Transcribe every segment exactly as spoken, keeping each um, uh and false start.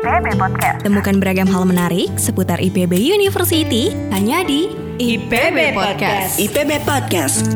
P B Podcast. Temukan beragam hal menarik seputar I P B University hanya di I P B Podcast. I P B Podcast.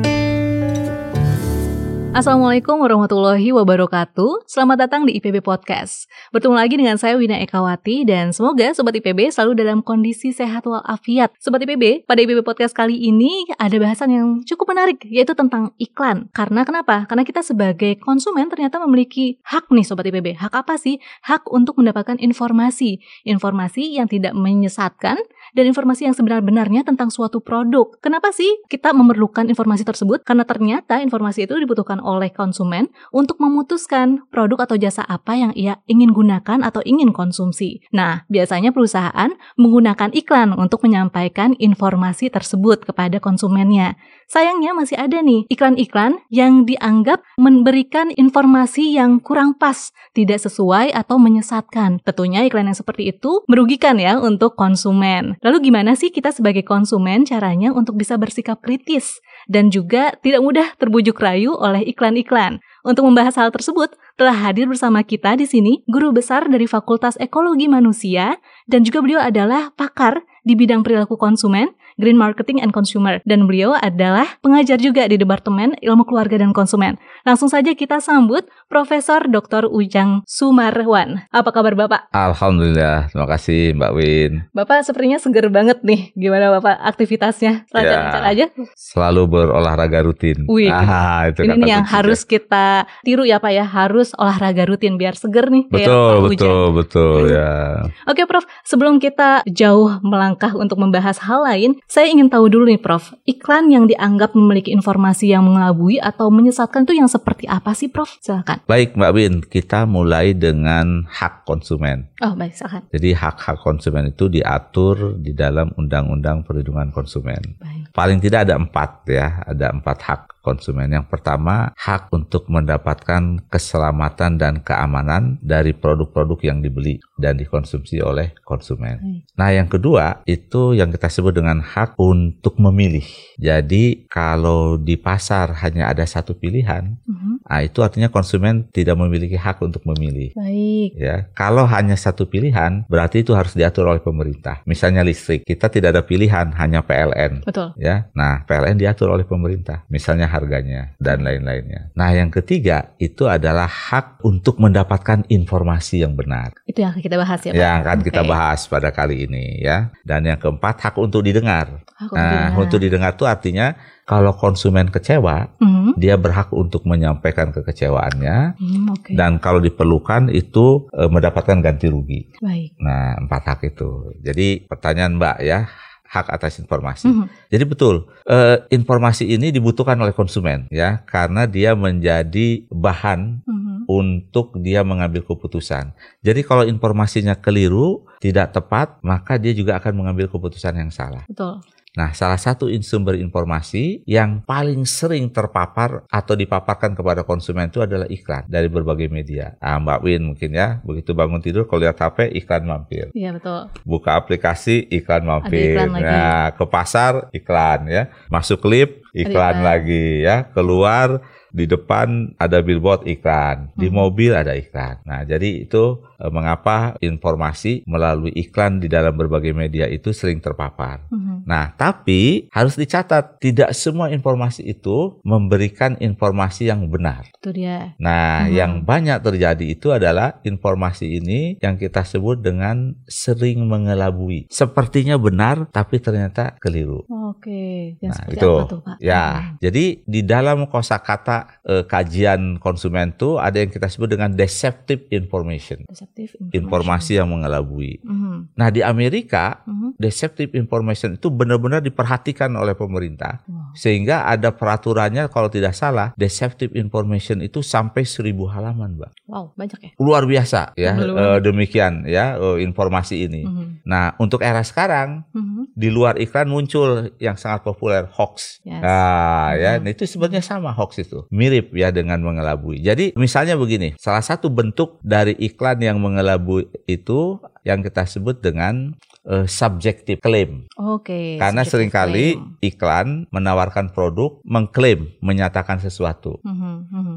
Assalamualaikum warahmatullahi wabarakatuh. Selamat datang di I P B Podcast. Bertemu lagi dengan saya Wina Ekawati dan semoga Sobat I P B selalu dalam kondisi sehat walafiat. Sobat I P B, pada I P B Podcast kali ini ada bahasan yang cukup menarik, yaitu tentang iklan. Karena kenapa? Karena kita sebagai konsumen ternyata memiliki hak nih Sobat I P B. Hak apa sih? Hak untuk mendapatkan informasi. Informasi yang tidak menyesatkan dan informasi yang sebenar-benarnya tentang suatu produk. Kenapa sih kita memerlukan informasi tersebut? Karena ternyata informasi itu dibutuhkan oleh konsumen untuk memutuskan produk atau jasa apa yang ia ingin gunakan atau ingin konsumsi. Nah, biasanya perusahaan menggunakan iklan untuk menyampaikan informasi tersebut kepada konsumennya. Sayangnya masih ada nih iklan-iklan yang dianggap memberikan informasi yang kurang pas, tidak sesuai atau menyesatkan. Tentunya iklan yang seperti itu merugikan ya untuk konsumen. Lalu gimana sih kita sebagai konsumen caranya untuk bisa bersikap kritis dan juga tidak mudah terbujuk rayu oleh iklan-iklan? Untuk membahas hal tersebut, telah hadir bersama kita di sini guru besar dari Fakultas Ekologi Manusia dan juga beliau adalah pakar di bidang perilaku konsumen, Green Marketing and Consumer, dan beliau adalah pengajar juga di Departemen Ilmu Keluarga dan Konsumen. Langsung saja kita sambut Profesor Doktor Ujang Sumarwan. Apa kabar Bapak? Alhamdulillah, terima kasih Mbak Win. Bapak sepertinya seger banget nih. Gimana Bapak aktivitasnya? Lancar-lancar ya, aja? Selalu berolahraga rutin. Wih, ah, itu ini nih yang kunci harus kita tiru ya Pak ya, harus olahraga rutin biar seger nih. Betul, kayak Pak betul, Ujang. betul ya. Oke Prof, sebelum kita jauh melangkah untuk membahas hal lain, saya ingin tahu dulu nih Prof, iklan yang dianggap memiliki informasi yang mengelabui atau menyesatkan itu yang seperti apa sih Prof? Silakan. Baik Mbak Win, kita mulai dengan hak konsumen. Oh baik, silakan. Jadi hak-hak konsumen itu diatur di dalam Undang-Undang Perlindungan Konsumen. Baik. Paling tidak ada empat ya, ada empat hak konsumen. Yang pertama, hak untuk mendapatkan keselamatan dan keamanan dari produk-produk yang dibeli dan dikonsumsi oleh konsumen. Baik. Nah, yang kedua, itu yang kita sebut dengan hak untuk memilih. Jadi, kalau di pasar hanya ada satu pilihan, Uh-huh. nah itu artinya konsumen tidak memiliki hak untuk memilih. Baik. Ya, kalau hanya satu pilihan, berarti itu harus diatur oleh pemerintah. Misalnya listrik, kita tidak ada pilihan, hanya P L N. Betul. Ya, nah P L N diatur oleh pemerintah. Misalnya harganya dan lain-lainnya. Nah, yang ketiga itu adalah hak untuk mendapatkan informasi yang benar. Itu yang kita bahas ya Pak. Yang akan kita Oke. bahas pada kali ini ya. Dan yang keempat, hak untuk didengar. Hak untuk Nah, didengar. untuk didengar itu artinya kalau konsumen kecewa, Mhm. dia berhak untuk menyampaikan kekecewaannya. Hmm, oke. Dan kalau diperlukan itu e, mendapatkan ganti rugi. Baik. Nah, empat hak itu. Jadi pertanyaan Mbak ya, hak atas informasi. Mhm. Jadi betul, e, informasi ini dibutuhkan oleh konsumen ya, karena dia menjadi bahan Mhm. untuk dia mengambil keputusan. Jadi kalau informasinya keliru, tidak tepat, maka dia juga akan mengambil keputusan yang salah. Betul. Nah, salah satu in- sumber informasi yang paling sering terpapar atau dipaparkan kepada konsumen itu adalah iklan dari berbagai media. Nah, Mbak Win mungkin ya, begitu bangun tidur kalau lihat H P, iklan mampir. Iya betul. Buka aplikasi, iklan mampir. iklan lagi. Nah, ke pasar, iklan ya. Masuk lift, iklan iklan. lagi ya. Keluar, di depan ada billboard iklan. Di Hmm. mobil ada iklan. Nah, jadi itu eh, mengapa informasi melalui iklan di dalam berbagai media itu sering terpapar. Mhm. Nah, tapi harus dicatat, tidak semua informasi itu memberikan informasi yang benar. Itu dia. Nah, Mhm. yang banyak terjadi itu adalah informasi ini yang kita sebut dengan sering mengelabui. Sepertinya benar, tapi ternyata keliru. Oke. Yang Nah, seperti itu. apa tuh Pak? Ya, Mhm. jadi di dalam kosakata eh, kajian konsumen itu ada yang kita sebut dengan deceptive information. Deceptive Informasi yang mengelabui. Mhm. Nah, di Amerika, Mhm. deceptive information itu benar-benar diperhatikan oleh pemerintah. Wow. Sehingga ada peraturannya kalau tidak salah, deceptive information itu sampai seribu halaman, Mbak. Wow, banyak ya. Luar biasa ya, Luar. eh, demikian ya eh, informasi ini. Mhm. Nah, untuk era sekarang, Mhm. di luar iklan muncul yang sangat populer, hoax. Yes. Nah, ya, Mhm. nah, itu sebenarnya sama hoax itu. Mirip ya dengan mengelabui. Jadi, misalnya begini, salah satu bentuk dari iklan yang mengelabui itu yang kita sebut dengan uh, subjective claim. Oke. Karena subjective seringkali claim. iklan menawarkan produk, mengklaim, menyatakan sesuatu. Mhm, mhm.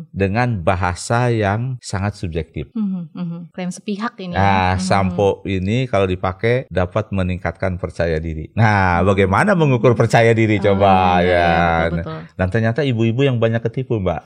dengan bahasa yang sangat subjektif. Hmm, hmm. Klaim sepihak ini. Nah, ya. sampo ini kalau dipakai dapat meningkatkan percaya diri. Nah, bagaimana mengukur percaya diri Oh, coba iya, iya, ya? betul, betul. Dan ternyata ibu-ibu yang banyak ketipu, Mbak.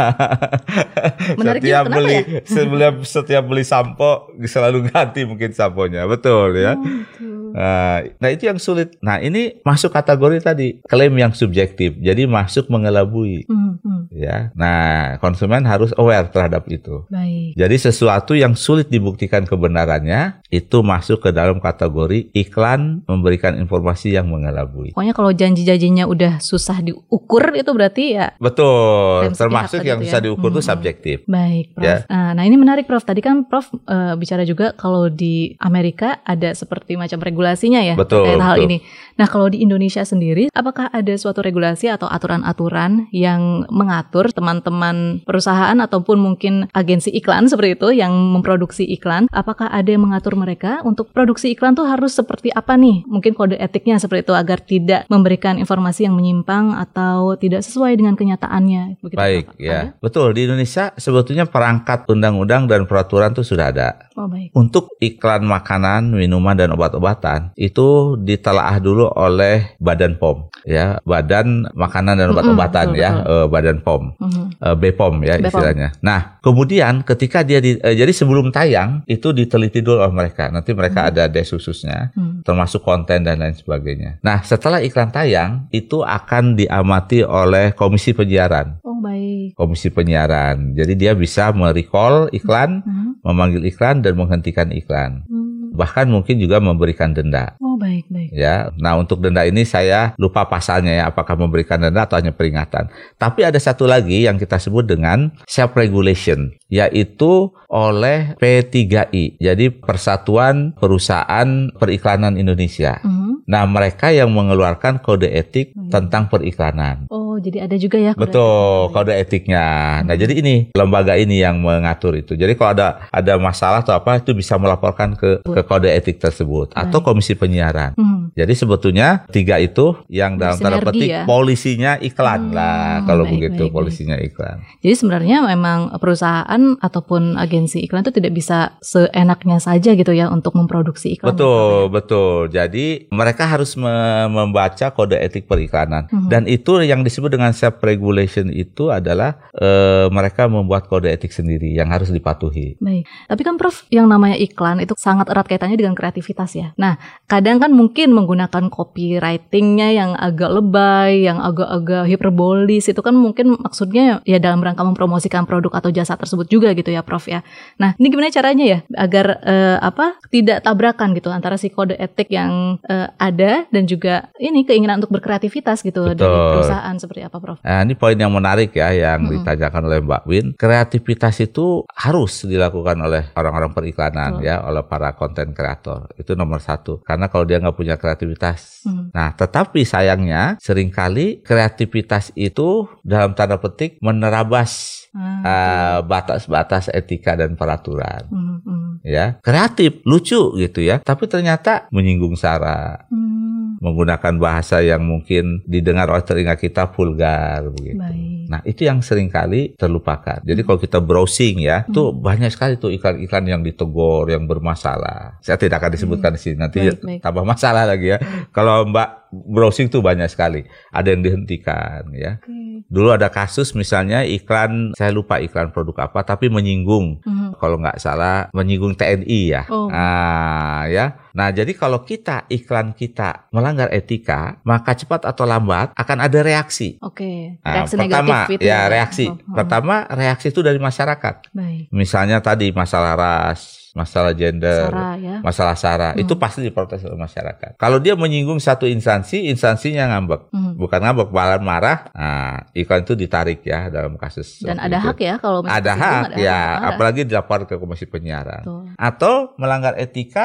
Menarik setiap juga, kenapa beli ya? setiap setiap beli sampo selalu ganti mungkin samponya, betul ya. Oh, betul. Nah, nah itu yang sulit. Nah ini masuk kategori tadi klaim yang subjektif, jadi masuk mengelabui, Hmm, hmm. ya. Nah konsumen harus aware terhadap itu. Baik. Jadi sesuatu yang sulit dibuktikan kebenarannya itu masuk ke dalam kategori iklan memberikan informasi yang mengelabui. Pokoknya kalau janji-janjinya udah susah diukur itu berarti ya. Betul. Klaim sepihak Termasuk tadi yang itu bisa ya. diukur itu Hmm. subjektif. Baik, Prof. Ya. Nah, nah, ini menarik, Prof. Tadi kan Prof eh, bicara juga kalau di Amerika ada seperti macam regulasinya ya Betul, terkait hal betul. ini. Nah, kalau di Indonesia sendiri, apakah ada suatu regulasi atau aturan-aturan yang mengatur teman-teman perusahaan ataupun mungkin agensi iklan seperti itu yang memproduksi iklan, apakah ada yang mengatur mereka untuk produksi iklan tuh harus seperti apa nih? Mungkin kode etiknya seperti itu agar tidak memberikan informasi yang menyimpang atau tidak sesuai dengan kenyataannya. Begitu, Baik, Prof. ya. Ada? Betul, di Indonesia sebetulnya perangkat undang-undang dan peraturan itu sudah ada. Oh, baik. Untuk iklan makanan, minuman dan obat-obatan itu ditelaah dulu oleh Badan P O M, ya, Badan Makanan dan Obat-obatan, Mm-mm, ya, betul, eh, Badan P O M, Mhm. eh, B P O M ya B P O M. istilahnya. Nah, kemudian ketika dia di, eh, jadi sebelum tayang itu diteliti dulu oleh mereka. Nanti mereka Hmm. ada desk khususnya, Hmm. termasuk konten dan lain sebagainya. Nah, setelah iklan tayang itu akan diamati oleh Komisi Penyiaran. Oh, baik. Komisi Penyiaran. Jadi dia bisa merecall iklan, Mhm. memanggil iklan dan menghentikan iklan. Hmm. Bahkan mungkin juga memberikan denda. Oh, baik, baik. Ya, nah untuk denda ini saya lupa pasalnya ya, apakah memberikan denda atau hanya peringatan. Tapi ada satu lagi yang kita sebut dengan self regulation, yaitu oleh P tiga I, jadi Persatuan Perusahaan Periklanan Indonesia. Mhm. Nah, mereka yang mengeluarkan kode etik Hmm. tentang periklanan. Oh, jadi ada juga ya kode Betul, etiknya. kode etiknya. Nah, Hmm. jadi ini lembaga ini yang mengatur itu. Jadi kalau ada ada masalah atau apa itu bisa melaporkan ke ke kode etik tersebut atau Baik. Komisi Penyiaran. Hmm. Jadi sebetulnya tiga itu yang dalam tanda Bersinergi petik ya? polisinya iklan Hmm, lah kalau baik, begitu baik, polisinya iklan. Jadi sebenarnya memang perusahaan ataupun agensi iklan itu tidak bisa seenaknya saja gitu ya untuk memproduksi iklan. Betul, betul. Jadi mereka harus me- membaca kode etik periklanan. Mhm. Dan itu yang disebut dengan self regulation itu adalah eh, mereka membuat kode etik sendiri yang harus dipatuhi. Baik, tapi kan Prof, yang namanya iklan itu sangat erat kaitannya dengan kreativitas ya. Nah, kadang kan mungkin menggunakan copywritingnya yang agak lebay, yang agak-agak hiperbolis, itu kan mungkin maksudnya ya dalam rangka mempromosikan produk atau jasa tersebut juga gitu ya Prof ya. Nah, ini gimana caranya ya agar eh, apa tidak tabrakan gitu antara si kode etik yang eh, ada dan juga ini keinginan untuk berkreativitas gitu dari Betul. perusahaan seperti apa Prof? Nah, ini poin yang menarik ya yang Mm-mm. ditanyakan oleh Mbak Win. Kreativitas itu harus dilakukan oleh orang-orang periklanan Betul. ya, oleh para konten kreator. Itu nomor satu. Karena kalau dia nggak punya kreativitas. Hmm. Nah, tetapi sayangnya seringkali kreativitas itu dalam tanda petik menerabas Ah, eh, batas-batas etika dan peraturan. hmm, hmm. Ya, kreatif, lucu gitu ya. Tapi ternyata menyinggung sara, Hmm, menggunakan bahasa yang mungkin didengar oleh telinga kita vulgar begitu. baik. Nah, itu yang seringkali terlupakan. Jadi kalau kita browsing ya, itu banyak sekali tuh iklan-iklan yang ditegur, yang bermasalah. Saya tidak akan disebutkan di sini, nanti Baik, baik. tambah masalah lagi ya. Kalau Mbak browsing tuh banyak sekali. Ada yang dihentikan ya. Oke. Dulu ada kasus misalnya iklan, saya lupa iklan produk apa, tapi menyinggung, Mhm. kalau nggak salah menyinggung T N I ya. Oh. Nah, ya. Nah, jadi kalau kita iklan kita melanggar etika, maka cepat atau lambat akan ada reaksi. Oke, Nah, reaksi pertama, negatif itu ya reaksi. Oh, oh. Pertama, reaksi itu dari masyarakat. Baik, Misalnya tadi masalah ras, masalah gender, Sarah ya. masalah sara, Hmm. itu pasti diprotes oleh masyarakat. Kalau dia menyinggung satu instansi, instansinya ngambek. Hmm. Bukan ngambek, malah marah. Nah, iklan itu ditarik ya dalam kasus. Dan seperti ada itu. hak ya kalau misalnya Ada tersinggung, hak, ya. marah. Apalagi dilapor ke Komisi Penyiaran. Betul. Atau melanggar etika,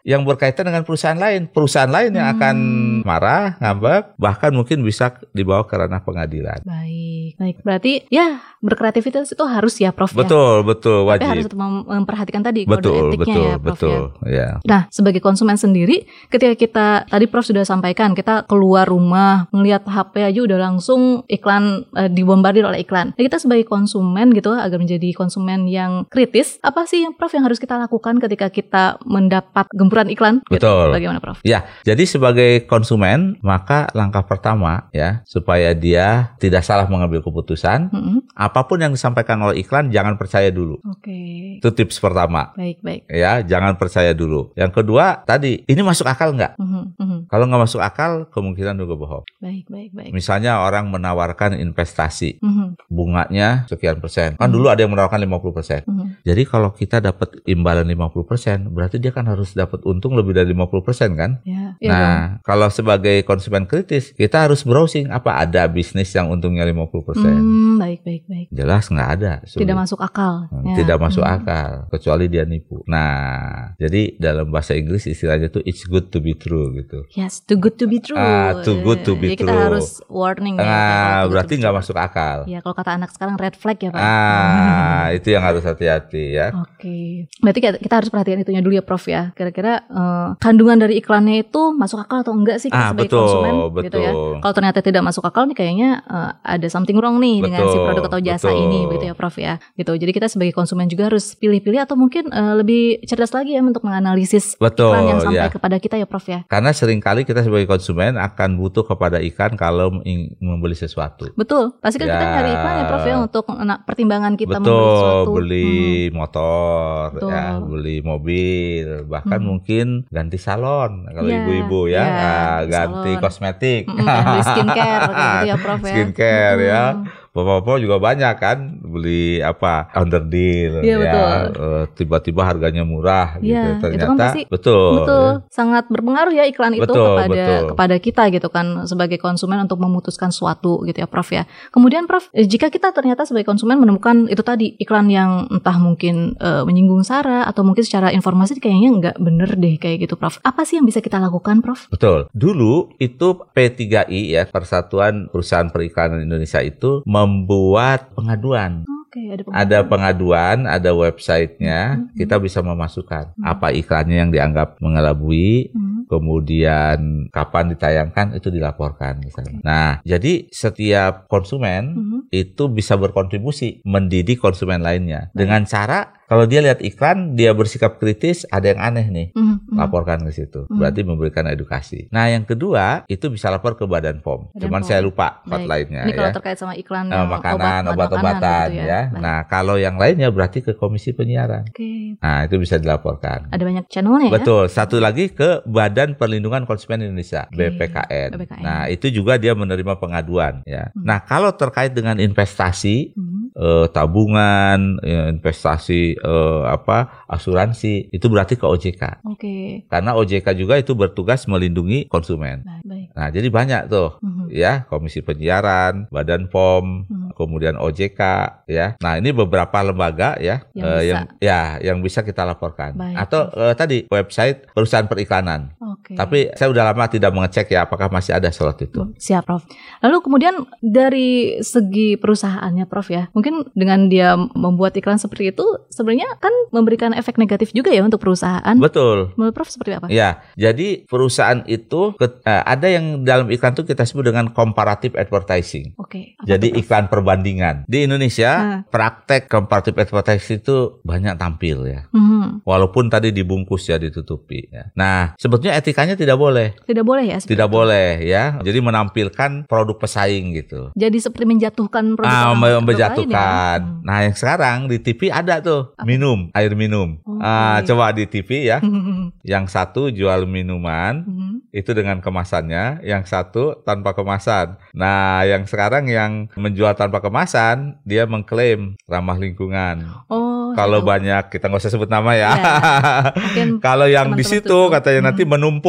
yang berkaitan dengan perusahaan lain. Perusahaan lain yang akan marah, ngambek, bahkan mungkin bisa dibawa ke ranah pengadilan. Baik, baik. Berarti ya berkreativitas itu harus ya, Prof. Betul, ya? betul, wajib. Tapi harus mem- memperhatikan tadi betul, kode etiknya betul, ya, Prof. betul, ya. ya. Nah, sebagai konsumen sendiri, ketika kita tadi Prof sudah sampaikan, kita keluar rumah, melihat H P aja udah langsung iklan, eh, dibombardir oleh iklan. Nah, kita sebagai konsumen gitu, agar menjadi konsumen yang kritis, apa sih yang Prof yang harus kita lakukan ketika kita mendapat gempuran iklan? Gitu? Betul. Bagaimana, Prof? Ya, jadi sebagai konsumen, maka langkah pertama ya, supaya dia tidak salah mengambil keputusan, Mm-mm. apapun yang disampaikan oleh iklan jangan percaya dulu. Oke. Itu tips pertama. Baik, baik. Ya, jangan percaya dulu. Yang kedua, tadi ini masuk akal nggak? Mhm, mhm. Kalau nggak masuk akal, kemungkinan juga bohong. Baik, baik, baik. Misalnya orang menawarkan investasi, Mhm, bunganya sekian persen. Kan dulu ada yang menawarkan lima puluh persen. mhm. Jadi kalau kita dapat imbalan lima puluh persen, berarti dia kan harus dapat untung lebih dari lima puluh persen kan? Ya, ya Nah, dong. kalau sebagai konsumen kritis, kita harus browsing apa ada bisnis yang untungnya lima puluh persen. Hmm, baik, baik, baik. Jelas nggak ada. Sulit. Tidak masuk akal. Hmm, Ya. Tidak masuk Hmm. akal, kecuali dia nipu. Nah, jadi dalam bahasa Inggris istilahnya tuh it's good to be true gitu. Yes, too good to be true. Ah, too good to be Jadi kita true. harus warning ya. kalau Nah, too good to berarti be nggak true. masuk akal. Ya, kalau kata anak sekarang red flag ya, Pak. Ah, itu yang harus hati-hati ya. Oke. Berarti kita, kita harus perhatikan itunya dulu ya, Prof ya. Kira-kira eh, kandungan dari iklannya itu masuk akal atau enggak sih kita Ah, sebagai betul, konsumen gitu ya. betul. Kalau ternyata tidak masuk akal nih kayaknya eh, ada something wrong nih dengan si Betul, produk atau jasa betul. ini begitu ya, Prof ya. Gitu. Jadi kita sebagai konsumen juga harus pilih-pilih atau mungkin eh, lebih cerdas lagi ya untuk menganalisis Betul, iklan yang sampai ya. kepada kita ya, Prof ya. Karena seringkali kita sebagai konsumen akan butuh kepada iklan kalau ingin membeli sesuatu. Betul. Pasti kan kita Ya. nyari iklan ya, Prof ya, untuk nah, pertimbangan kita membeli Betul, sesuatu. beli Hmm. motor, Betul. ya, beli mobil, bahkan Hmm. mungkin ganti salon kalau Ya, ibu-ibu ya, ya, ah, ganti salon. kosmetik, Mm-mm, dan beli skincare kayak gitu ya, Prof ya. skincare ya. Mm-mm. Bapak-bapak juga banyak kan beli apa under deal, Iya, ya, betul. eh, tiba-tiba harganya murah gitu. Iya, itu Ternyata kan pasti betul, Betul, ya. sangat berpengaruh ya iklan itu Betul, kepada betul. kepada kita gitu kan sebagai konsumen untuk memutuskan suatu gitu ya, Prof ya. Kemudian Prof, eh, jika kita ternyata sebagai konsumen menemukan itu tadi iklan yang entah mungkin eh, menyinggung sara atau mungkin secara informasi kayaknya nggak bener deh kayak gitu, Prof. Apa sih yang bisa kita lakukan, Prof? Betul. Dulu itu P tiga I ya, Persatuan Perusahaan Periklanan Indonesia itu membuat pengaduan. Oke, ada Ada pengaduan, ada websitenya, Mhm. kita bisa memasukkan Mhm. apa iklannya yang dianggap mengelabui, Hmm. kemudian kapan ditayangkan itu dilaporkan misalnya. Nah, jadi setiap konsumen Mhm. itu bisa berkontribusi mendidik konsumen lainnya Baik. dengan cara kalau dia lihat iklan dia bersikap kritis, ada yang aneh nih, Mhm. Mhm. laporkan ke situ. Mhm. Berarti memberikan edukasi. Nah, yang kedua itu bisa lapor ke Badan P O M. Badan Cuman P O M. saya lupa Baik. hotline-nya Ini kalau ya. terkait sama iklan Eh, yang makanan, obat, obat-obatan gitu ya. Baik. Nah, kalau yang lainnya berarti ke Komisi Penyiaran. Oke. Nah, itu bisa dilaporkan. Ada banyak channelnya ya? Betul. Satu lagi ke Badan Perlindungan Konsumen Indonesia, Oke. B P K N. B P K N. Nah, itu juga dia menerima pengaduan ya. Hmm. Nah, kalau terkait dengan investasi, Mhm. eh, tabungan, ya, investasi eh, apa, asuransi, itu berarti ke O J K. Oke. Karena O J K juga itu bertugas melindungi konsumen. Baik, baik. Nah, jadi banyak tuh Mhm. ya, Komisi Penyiaran, Badan P O M, Mhm. kemudian O J K ya. Nah, ini beberapa lembaga ya Yang eh, bisa. yang ya yang bisa kita laporkan. Baik. Atau eh, tadi website perusahaan periklanan. Oke. Tapi saya udah lama tidak mengecek ya apakah masih ada slot itu. Siap, Prof. Lalu kemudian dari segi perusahaannya, Prof ya, mungkin dengan dia membuat iklan seperti itu, sebenarnya kan memberikan efek negatif juga ya untuk perusahaan. Betul. Menurut Prof seperti apa? Ya, jadi perusahaan itu ke- eh, ada yang dalam iklan itu kita sebut dengan comparative advertising. Oke. apa Jadi tuh, Prof? iklan perbandingan. Di Indonesia Ah. praktek comparative advertising itu banyak tampil ya. Mhm. Walaupun tadi dibungkus ya, ditutupi ya. Nah, sebetulnya etikanya tidak boleh. Tidak boleh ya? seperti Tidak itu? boleh ya. Jadi menampilkan produk pesaing gitu. Jadi seperti menjatuhkan produk Ah, orang- me- produk menjatuhkan. lain ya? Nah, yang sekarang di T V ada tuh Apa? minum, air minum. Oke. Ah, coba di T V ya. Hmm. Yang satu jual minuman Mhm. itu dengan kemasannya, yang satu tanpa kemasan. Nah, yang sekarang yang menjual tanpa kemasan, dia mengklaim ramah lingkungan. Oh, Kalau gitu. banyak, kita nggak usah sebut nama ya. Ya, mungkin Kalau yang di teman-teman situ tuh. katanya nanti Hmm. menumpuk. Oh,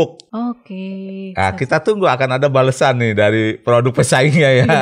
Oke. Nah, kita tunggu akan ada balasan nih dari produk pesaingnya ya.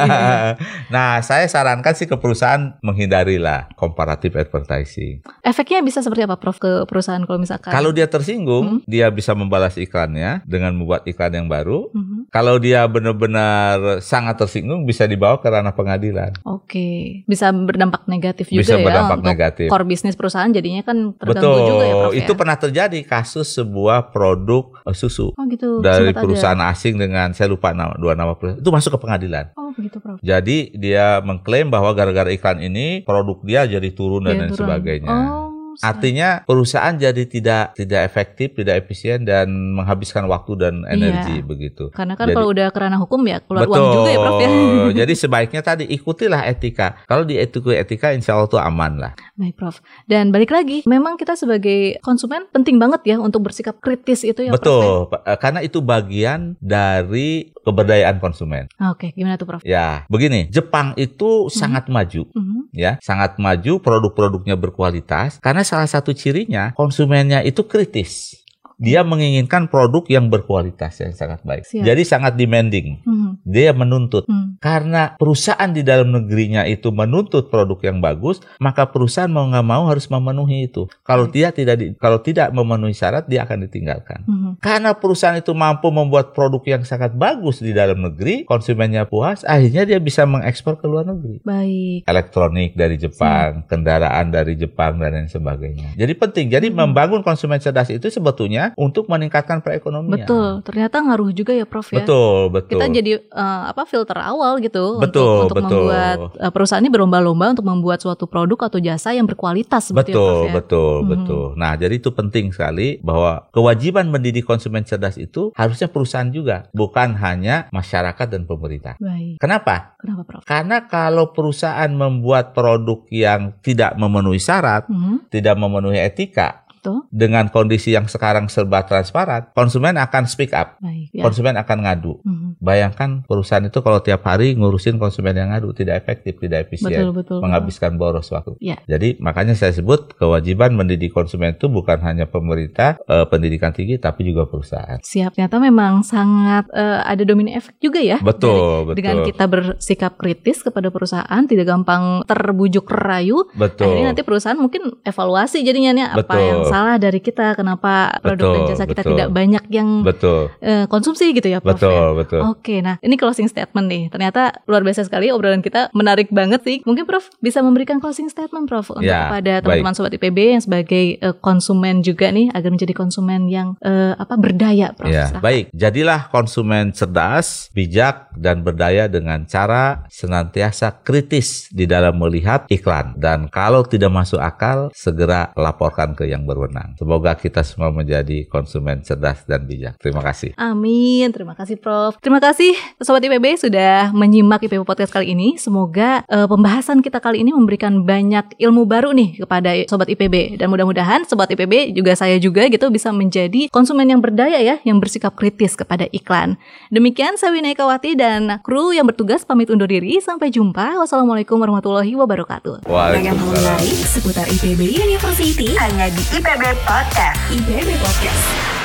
Nah, saya sarankan sih ke perusahaan menghindarilah comparative advertising. Efeknya bisa seperti apa, Prof, ke perusahaan kalau misalkan? Kalau dia tersinggung, hmm. dia bisa membalas iklannya dengan membuat iklan yang baru. Hmm. Kalau dia benar-benar sangat tersinggung, bisa dibawa ke ranah pengadilan. Oke, bisa berdampak negatif juga bisa ya. berdampak untuk negatif. Core bisnis perusahaan jadinya kan terganggu Betul. juga ya, Prof. Itu ya? pernah terjadi kasus sebuah produk uh, susu oh, gitu. dari Sempat perusahaan ada. asing dengan saya lupa nama, dua nama perusahaan. Itu masuk ke pengadilan. Oh, begitu, Prof. Jadi dia mengklaim bahwa gara-gara iklan ini produk dia jadi turun dan Ya, lain turun. sebagainya. Oh. Artinya perusahaan jadi tidak tidak efektif, tidak efisien dan menghabiskan waktu dan energi iya. begitu. Karena kan jadi, kalau udah kerana hukum ya keluar betul, uang juga ya, Prof ya. Jadi sebaiknya tadi ikutilah etika. Kalau diikuti etika, insya Allah tuh aman lah. Baik, Prof. Dan balik lagi, memang kita sebagai konsumen penting banget ya untuk bersikap kritis itu ya, betul, Prof. Betul, karena itu bagian dari keberdayaan konsumen. Oke, gimana tuh, Prof? Ya, begini, Jepang itu hmm. sangat maju. Hmm. Ya, sangat maju, produk-produknya berkualitas karena salah satu cirinya konsumennya itu kritis. Dia menginginkan produk yang berkualitas yang sangat baik. Siap. Jadi sangat demanding. Hmm. Dia menuntut. Hmm. Karena perusahaan di dalam negerinya itu menuntut produk yang bagus, maka perusahaan mau nggak mau harus memenuhi itu. Kalau hmm. dia tidak di, kalau tidak memenuhi syarat, dia akan ditinggalkan. Hmm. Karena perusahaan itu mampu membuat produk yang sangat bagus di dalam negeri, konsumennya puas, akhirnya dia bisa mengekspor ke luar negeri. Baik. Elektronik dari Jepang, hmm. kendaraan dari Jepang dan lain sebagainya. Jadi penting. Jadi hmm. membangun konsumen cerdas itu sebetulnya untuk meningkatkan perekonomian. Betul, ternyata ngaruh juga ya, Prof ya. Betul, betul. Kita jadi uh, apa filter awal gitu betul, untuk, untuk betul. membuat uh, perusahaan ini berlomba-lomba untuk membuat suatu produk atau jasa yang berkualitas. Betul, ya, Prof, ya? betul, hmm. betul. Nah, jadi itu penting sekali bahwa kewajiban mendidik konsumen cerdas itu harusnya perusahaan juga, bukan hanya masyarakat dan pemerintah. Baik. Kenapa? Kenapa, Prof? Karena kalau perusahaan membuat produk yang tidak memenuhi syarat, hmm. tidak memenuhi etika, Betul. Dengan kondisi yang sekarang serba transparan, konsumen akan speak up. Baik, ya. Konsumen akan ngadu. Mm-hmm. Bayangkan perusahaan itu kalau tiap hari ngurusin konsumen yang ngadu, tidak efektif, tidak efisien, betul, betul, menghabiskan boros waktu. Ya. Jadi makanya saya sebut kewajiban mendidik konsumen itu bukan hanya pemerintah, eh, pendidikan tinggi, tapi juga perusahaan. Siap, ternyata memang sangat uh, ada domino efek juga ya. Betul, Dari, betul. Dengan kita bersikap kritis kepada perusahaan, tidak gampang terbujuk rayu. Betul. Akhirnya nanti perusahaan mungkin evaluasi jadinya nih apa betul. yang salah dari kita, kenapa produk betul, dan jasa kita betul. tidak banyak yang betul. Uh, konsumsi gitu ya, Prof. Betul, ya? betul. Oke, nah ini closing statement nih. Ternyata luar biasa sekali obrolan kita, menarik banget sih. Mungkin Prof bisa memberikan closing statement, Prof, untuk ya, kepada teman-teman sobat I P B yang sebagai uh, konsumen juga nih, agar menjadi konsumen yang uh, apa berdaya, Prof. Ya, baik. Jadilah konsumen cerdas, bijak, dan berdaya dengan cara senantiasa kritis di dalam melihat iklan. Dan kalau tidak masuk akal, segera laporkan ke yang berwenang. Semoga kita semua menjadi konsumen cerdas dan bijak. Terima kasih. Amin. Terima kasih, Prof. Terima kasih sobat I P B sudah menyimak I P B Podcast kali ini. Semoga uh, pembahasan kita kali ini memberikan banyak ilmu baru nih kepada sobat I P B, dan mudah-mudahan sobat I P B juga saya juga gitu bisa menjadi konsumen yang berdaya ya, yang bersikap kritis kepada iklan. Demikian saya Wina Ekawati dan kru yang bertugas pamit undur diri. Sampai jumpa. Wassalamualaikum warahmatullahi wabarakatuh. Waalaikumsalam. Menarik seputar I P B University hanya di I P B Podcast. I P B Podcast.